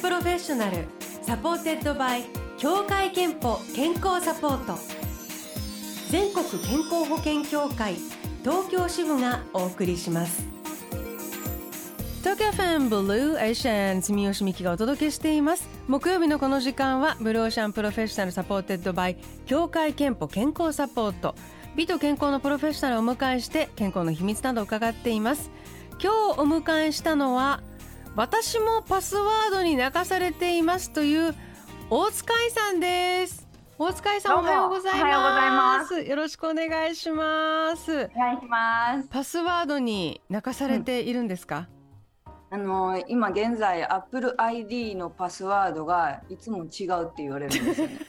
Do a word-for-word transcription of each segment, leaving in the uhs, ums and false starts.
プロフェッショナルサポーテッドバイ協会憲法健康サポート、全国健康保険協会東京支部がお送りします。東京 エフエム ブルーエーシャン住吉美希がお届けしています。木曜日のこの時間はブルーオーシャンプロフェッショナルサポーテッドバイ協会憲法健康サポート、美と健康のプロフェッショナルをお迎えして健康の秘密などを伺っています。今日お迎えしたのは、私もパスワードに泣かされていますという大塚愛さんです。大塚愛さん、おはようございます。 おはようございます。 よろしくお願いします。 お願いします。 パスワードに泣かされているんですか？ うん、あの今現在 Apple アイディー のパスワードがいつも違うって言われるんですよね。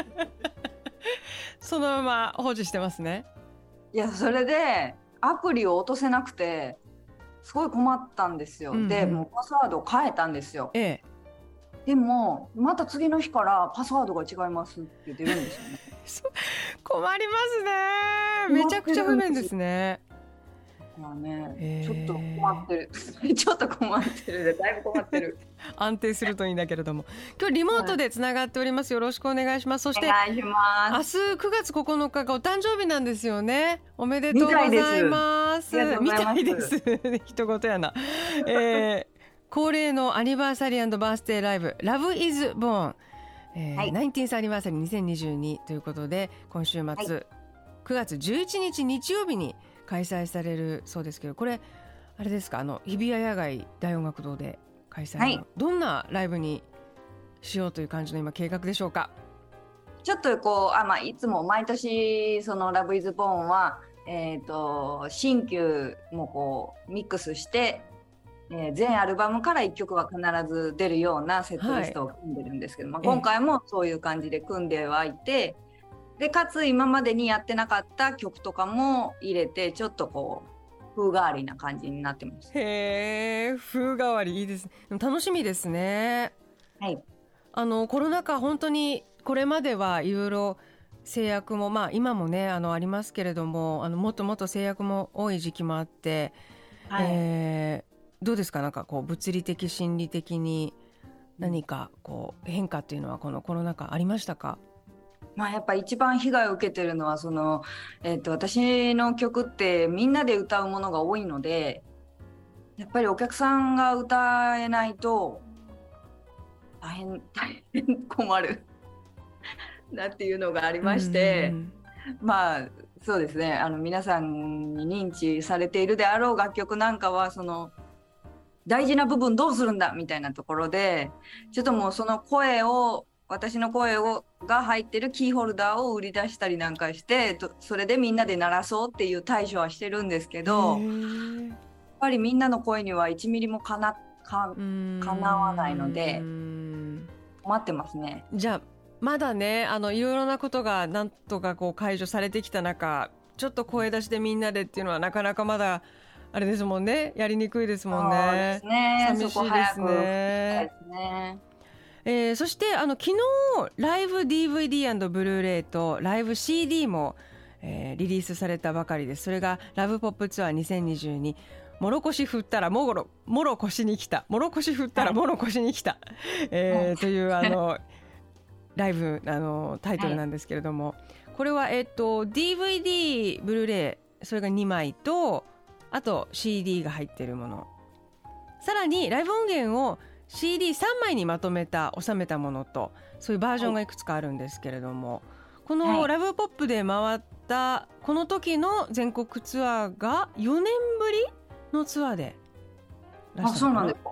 そのまま保持してますね。 いや、それでアプリを落とせなくてすごい困ったんですよ、うんうん、でもうパスワードを変えたんですよ、ええ、でもまた次の日からパスワードが違いますって出るんですよね。 困りますね。めちゃくちゃ不便ですね。 まあね、えー、ちょっと困ってるちょっと困ってるでだいぶ困ってる安定するといいんだけれども、今日リモートでつながっております。よろしくお願いします。そしてお願いします。 明日くがつここのかがお誕生日なんですよね。おめでとうございます。みたいです一言やな、えー、恒例のアニバーサリー&バースデーライブ Love is Born、えーはい、ナインティーンスアニバーサリーにせんにじゅうにということで、今週末、はい、くがつじゅういちにち日曜日に開催されるそうですけど、これあれですか、あの日比谷野外大音楽堂で開催の、はい、どんなライブにしようという感じの今計画でしょうか？ ちょっとこうあ、まあ、いつも毎年その Love is Born は、えー、と新旧もこうミックスして、えー、全アルバムからいっきょくは必ず出るようなセットリストを組んでるんですけど、はい、まあ、今回もそういう感じで組んではいて、でかつ今までにやってなかった曲とかも入れて、ちょっとこう風変わりな感じになってます。 へー、風変わりいいですね。楽しみですね。 はい、 あのコロナ禍、本当にこれまではいろいろ制約も、まあ、今もね あのありますけれども、あのもっともっと制約も多い時期もあって、はい、えー、どうですか、なんかこう物理的心理的に何かこう変化っていうのはこのコロナ禍ありましたか？ まあ、やっぱ一番被害を受けてるのはその、えー、と私の曲ってみんなで歌うものが多いので、やっぱりお客さんが歌えないと大変大変困るなっていうのがありまして、まあそうですね、あの皆さんに認知されているであろう楽曲なんかはその大事な部分どうするんだみたいなところで、ちょっともうその声を私の声をが入ってるキーホルダーを売り出したりなんかして、それでみんなで鳴らそうっていう対処はしてるんですけど、やっぱりみんなの声にはいちミリもかな、か、かなわないので困ってますね。 じゃあまだね、あのいろいろなことがなんとかこう解除されてきた中、ちょっと声出しでみんなでっていうのはなかなかまだあれですもんね、やりにくいですもんね。 そうですね、 寂しいですね。そこ早く聞きたいですね。えー、そしてあの昨日ライブ ディーブイディー& ブルーレイとライブ シーディー も、えー、リリースされたばかりです。それがラブポップツアーにせんにじゅうに、もろこし振ったらもろもろこしに来た、もろこし振ったらもろこしに来た、はい、えー、というあのライブあのタイトルなんですけれども、はい、これは、えー、と ディーブイディー ブルーレイそれがにまいと、あと シーディー が入っているもの、さらにライブ音源をシーディーさんまいにまとめた収めたものと、そういうバージョンがいくつかあるんですけれども、はい、このラブポップで回ったこの時の全国ツアーがよねんぶりのツアーで出したのかな。あ、そうなんですか。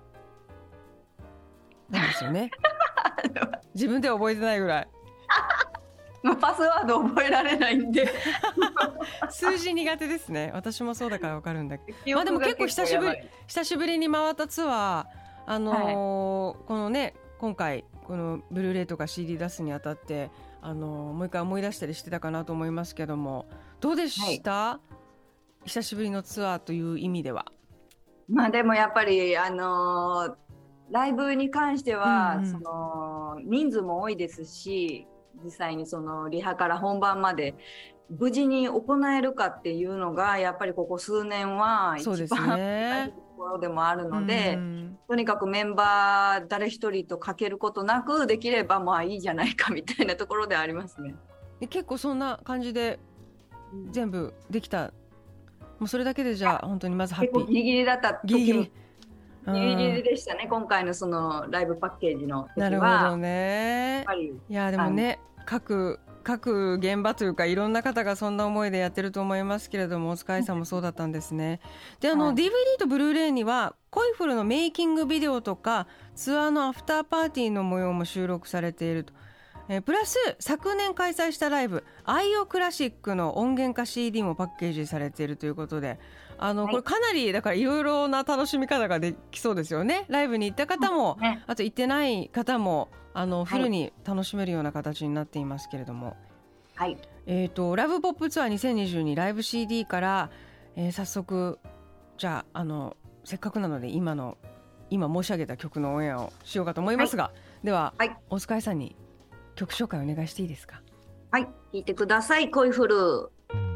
なんですよね自分では覚えてないぐらいパスワード覚えられないんで数字苦手ですね。私もそうだから分かるんだけど、まあ、でも結構久しぶり久しぶりに回ったツアー、あのーはい、このね今回このブルーレイとか シーディー 出すにあたって、あのー、もう一回思い出したりしてたかなと思いますけども、どうでした、はい、久しぶりのツアーという意味では。 まあでもやっぱりあのー、ライブに関しては、うんうん、その人数も多いですし、実際にそのリハから本番まで無事に行えるかっていうのがやっぱりここ数年は一番大事なとこころでもあるので、とにかくメンバー誰一人とかけることなくできればまあいいじゃないかみたいなところではありますね。 で結構そんな感じで全部できた、もうそれだけでじゃあ本当にまずハッピー。 結構ギリギリだった時もギリギリギリギリでしたね、今回のそのライブパッケージの時は。 なるほどね。やっぱりいやでもね、各各現場というかいろんな方がそんな思いでやってると思いますけれども、おつかいさんもそうだったんですね。であの、はい、ディーブイディー とブルーレイにはコイフルのメイキングビデオとかツアーのアフターパーティーの模様も収録されていると。えー、プラス昨年開催したライブアイオクラシックの音源化 シーディー もパッケージされているということで、あの、はい、これかなりだからいろいろな楽しみ方ができそうですよね。ライブに行った方も、ね、あと行ってない方もあのフルに楽しめるような形になっていますけれども、はい、えーと、ラブポップツアーにせんにじゅうにライブ シーディー から、えー、早速じゃあ、あのせっかくなので今の今申し上げた曲のオンエアをしようかと思いますが、はい、では、はい、大塚愛さんに曲紹介お願いしていいですか。 はい、聴いてください。恋フル。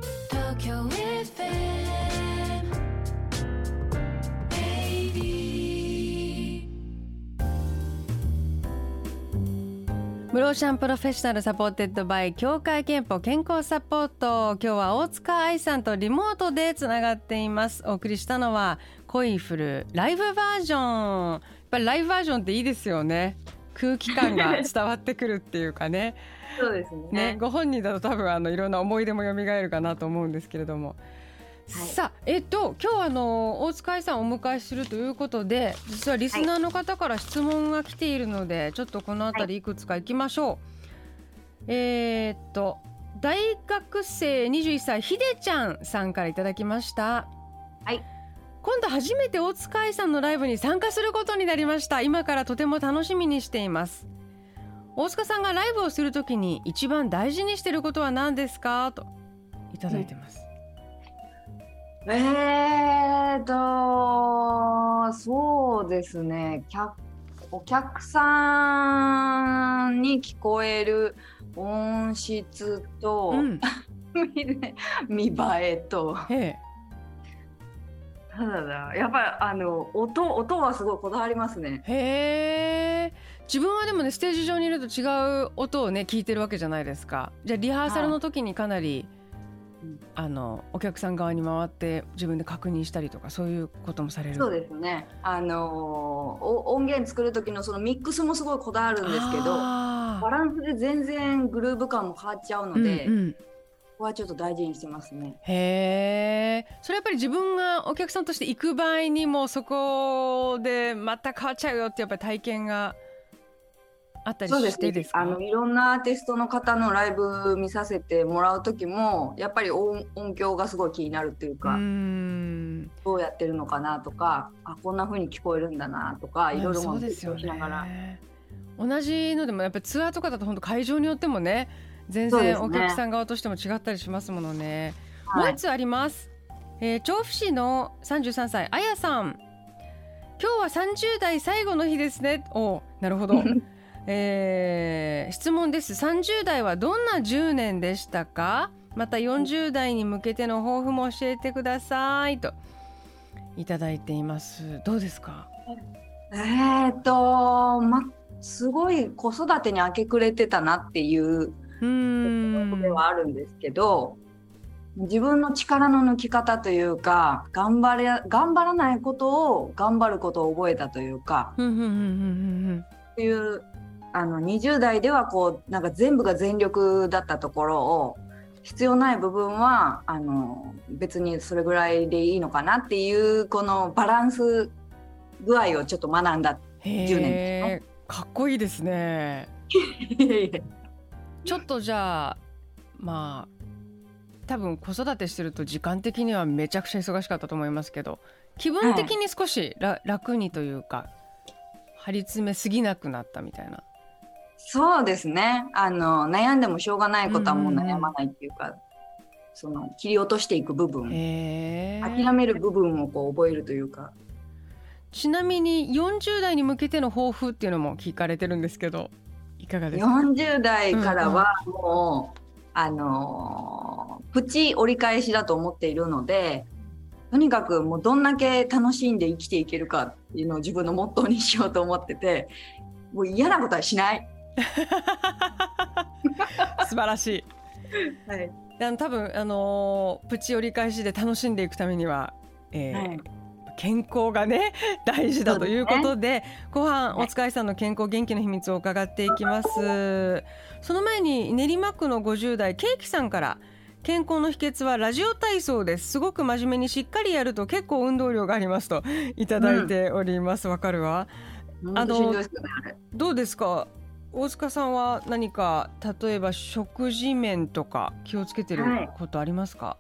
ブローシャンプロフェッショナルサポーテッドバイ協会憲法健康サポート。今日は大塚愛さんとリモートでつながっています。お送りしたのは恋フルライブバージョン。やっぱりライブバージョンっていいですよね。空気感が伝わってくるっていうかねそうです ね, ねご本人だと多分あのいろんな思い出も蘇るかなと思うんですけれども、はい、さあ、えっと今日あの大塚愛さんをお迎えするということで、実はリスナーの方から質問が来ているので、はい、ちょっとこのあたりいくつかいきましょう、はい、えー、っと大学生にじゅういっさいひでちゃんさんからいただきました。はい、今度初めて大塚愛さんのライブに参加することになりました。今からとても楽しみにしています。大塚さんがライブをするときに一番大事にしていることは何ですかといただいてます。 うん、えーとそうですね、お客さんに聞こえる音質と、うん、見栄えと、へえ、ただだやっぱりあの 音, 音はすごいこだわりますね。 へー、自分はでもねステージ上にいると違う音をね聞いてるわけじゃないですか。じゃあリハーサルの時にかなり、はい、あのお客さん側に回って自分で確認したりとかそういうこともされる。 そうですね、あの音源作る時のそのミックスもすごいこだわるんですけど、バランスで全然グルーヴ感も変わっちゃうので、うんうん、ここはちょっと大事にしてますね。 へー、それやっぱり自分がお客さんとして行く場合にもそこでまた変わっちゃうよってやっぱり体験があったりしてですか？ そうですね、あのいろんなアーティストの方のライブ見させてもらう時もやっぱり 音, 音響がすごい気になるっていうか、うーん、どうやってるのかなとか、あこんな風に聞こえるんだなとか、いろいろも勉強しながら。 同じのでもやっぱりツアーとかだと本当会場によってもね全然お客さん側としても違ったりしますものね。はい、もう一つあります、えー、調布市のさんじゅうさんさいあやさん。今日はさんじゅうだい最後の日ですね。おなるほどえー、質問です。さんじゅうだいはどんなじゅうねんでしたか？またよんじゅうだいに向けての抱負も教えてくださいといただいています。どうですか？ えーっと、ま、すごい子育てに明け暮れてたなっていうことではあるんですけど、自分の力の抜き方というか、頑張れ、頑張らないことを頑張ることを覚えたというか、っていうあのにじゅうだいではこうなんか全部が全力だったところを、必要ない部分はあの別にそれぐらいでいいのかなっていうこのバランス具合をちょっと学んだじゅうねんですね。 かっこいいですねちょっとじゃあまあ多分子育てしてると時間的にはめちゃくちゃ忙しかったと思いますけど、気分的に少し、はい、楽にというか張り詰めすぎなくなったみたいな。 そうですね、あの悩んでもしょうがないことはもう悩まないっていうか、うんうんうん、その切り落としていく部分、諦める部分をこう覚えるというか。 ちなみによんじゅうだいに向けての抱負っていうのも聞かれてるんですけど、いかがですか？ よんじゅうだいからはもう、うんうん、あのプチ折り返しだと思っているので、 とにかくもうどんだけ楽しんで生きていけるかっていうのを自分のモットーにしようと思ってて、もう嫌なことはしない。 素晴らしい。 はい、 あの多分、あのー、プチ折り返しで楽しんでいくためには、えーはい、健康がね大事だということで、ね、後半おつかいさんの健康元気の秘密を伺っていきます。その前に練馬区のごじゅう代ケーキさんから、健康の秘訣はラジオ体操です。すごく真面目にしっかりやると結構運動量がありますといただいております。わ、うん、かるわ。あのどうですか、大塚さんは何か例えば食事面とか気をつけてることありますか？はい、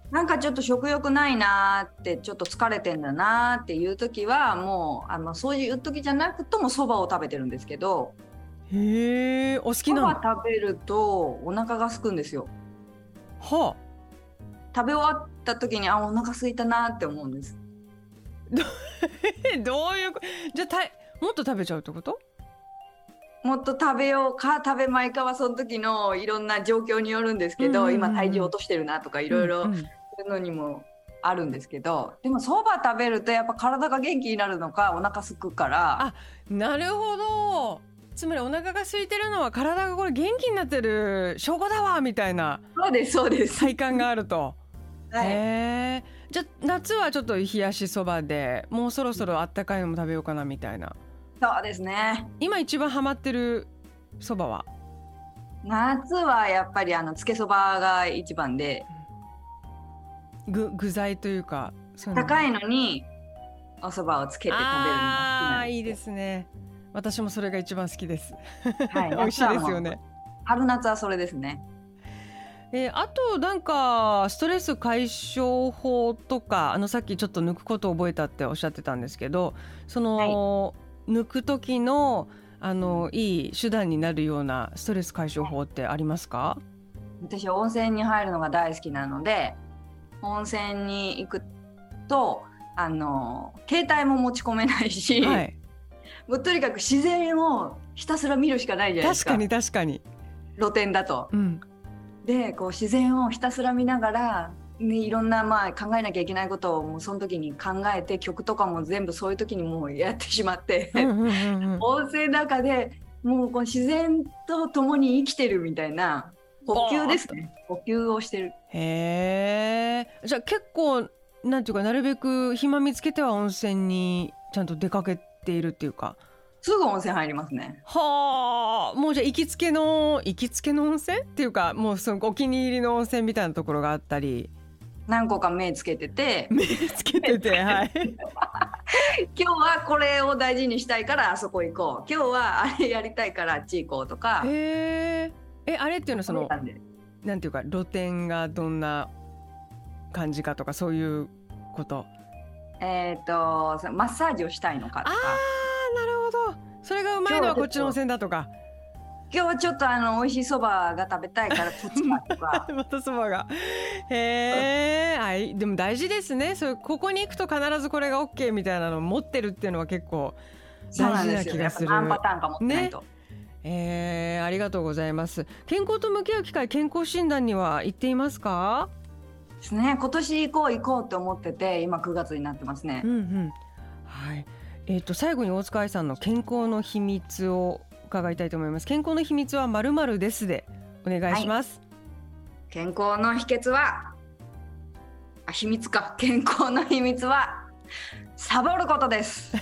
なんかちょっと食欲ないなって、ちょっと疲れてんだなっていう時はもうあのそういう時じゃなくともそばを食べてるんですけど。 へー、お好きなの？ そば食べるとお腹が空くんですよ。 はあ、 食べ終わった時にあお腹空いたなって思うんです。 ど, どういうじゃあたもっと食べちゃうってこと？ もっと食べようか食べまいかはその時のいろんな状況によるんですけど、うんうんうん、今体重落としてるなとかいろいろそういうのにもあるんですけど、うんうん、でもそば食べるとやっぱ体が元気になるのかお腹すくから。 あ、なるほど。つまりお腹が空いてるのは体がこれ元気になってる証拠だわみたいな。 そうですそうです。 体感があると。 はい、 へー、じゃあ夏はちょっと冷やしそばでもうそろそろあったかいのも食べようかなみたいな。 そうですね。 今一番ハマってるそばは？ 夏はやっぱりあのつけそばが一番で、 具具材というかそういうの高いのにおそばをつけて食べるのが好きなんです。 あ、いいですね。私もそれが一番好きです、 はい、 美味しいですよね。 春夏はそれですね。 えー、あとなんかストレス解消法とか、あのさっきちょっと抜くことを覚えたっておっしゃってたんですけど、その、はい、抜く時のあのいい手段になるようなストレス解消法ってありますか？ 私温泉に入るのが大好きなので、温泉に行くとあの携帯も持ち込めないし、はい、もうとにかく自然をひたすら見るしかないじゃないですか。 確かに確かに。 露天だと、うん、でこう自然をひたすら見ながら、ね、いろんなまあ考えなきゃいけないことをもうその時に考えて、曲とかも全部そういう時にもうやってしまって、うんうんうんうん、温泉の中でもうこう自然と共に生きてるみたいな呼吸ですね。呼吸をしてる。 へー、じゃあ結構なんていうか、なるべく暇見つけては温泉にちゃんと出かけているっていうか。 すぐ温泉入りますね。 はあ、もうじゃあ行きつけの行きつけの温泉っていうか、もうそのお気に入りの温泉みたいなところがあったり。 何個か目つけてて目つけててはい今日はこれを大事にしたいからあそこ行こう、今日はあれやりたいからあっち行こうとか。 へえ。え、あれっていうのはそのなんていうか、露天がどんな感じかとかそういうこと。 えっとマッサージをしたいのかとか。 あー、なるほど。それがうまいのはこっちの温泉だとか。 今日はちょっとあの美味しいそばが食べたいからこっちかとかまたそばが。へえ、はい。でも大事ですね。そう、ここに行くと必ずこれが OK みたいなのを持ってるっていうのは結構大事な気がする。 何パターンか持ってないと、ね。 えー、ありがとうございます。健康と向き合う機会、健康診断には行っていますか？ ですね。今年行こう行こうって思ってて、今くがつになってますね。 うんうん、はい。えーと、最後に大塚愛さんの健康の秘密を伺いたいと思います。健康の秘密は〇〇ですでお願いします。はい、 健康の秘訣はあ秘密か健康の秘密はサボることです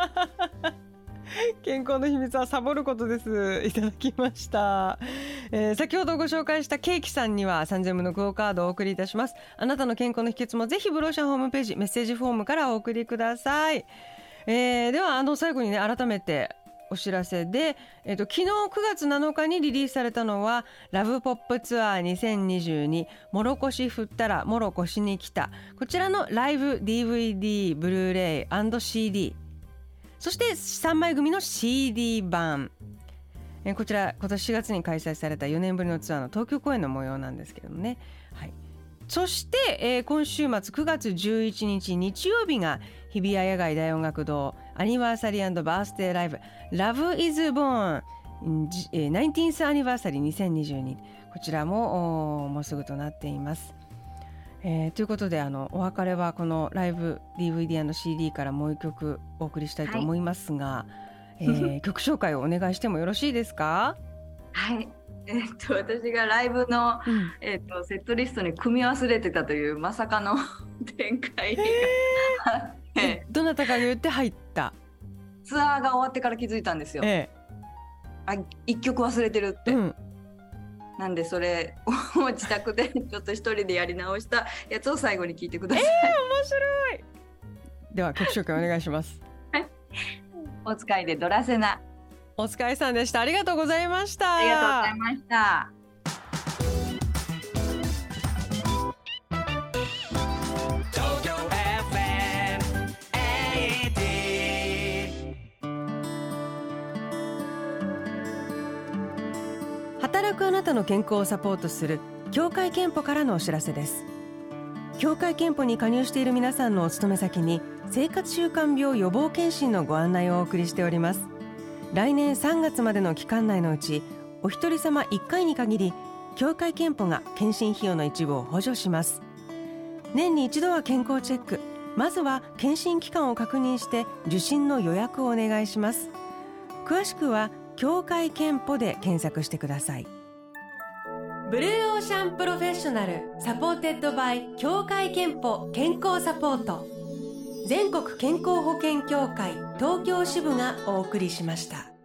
健康の秘密はサボることです。いただきました、えー、先ほどご紹介したケーキさんにはさんぜんえんぶんのクオカードをお送りいたします。あなたの健康の秘訣もぜひブローシャンホームページメッセージフォームからお送りください。えー、ではあの最後にね、改めてお知らせで、えー、と昨日くがつなのかにリリースされたのはラブポップツアーにせんにじゅうにもろこし振ったらもろこしに来た、こちらのライブ ディーブイディー ブルーレイ シーディー、 そしてさんまい組の シーディー 版、えー、こちら今年しがつに開催されたよねんぶりのツアーの東京公演の模様なんですけどもね、はい。そして、えー、今週末くがつじゅういちにち日曜日が日比谷野外大音楽堂アニバーサリー&バースデーライブ Love is Born じゅうきゅうアニバーサリーにせんにじゅうに、こちらももうすぐとなっています。 えー、ということであのお別れはこのライブ ディーブイディー&シーディー からもう一曲お送りしたいと思いますが、はい、えー、曲紹介をお願いしてもよろしいですか？ はい、えー、っと私がライブの、うん、えー、っとセットリストに組み忘れてたというまさかの展開があって、 どなたかに言って入ったツアーが終わってから気づいたんですよ、えー、あ一曲忘れてるって、うん、なんでそれを自宅でちょっと一人でやり直したやつを最後に聞いてください。えー、 面白い。では曲紹介お願いします。 はい、おつかいでドラセナ。 おつかいさんでした。ありがとうございました。 ありがとうございました。 働くあなたの健康をサポートする協会憲法からのお知らせです。協会憲法に加入している皆さんのお勤め先に生活習慣病予防検診のご案内をお送りしております。来年さんがつまでの期間内のうちお一人様いっかいに限り協会憲法が検診費用の一部を補助します。年に一度は健康チェック、まずは検診期間を確認して受診の予約をお願いします。詳しくは協会憲法で検索してください。ブルーオーシャンプロフェッショナルサポーテッドバイ協会憲法健康サポート、全国健康保険協会東京支部がお送りしました。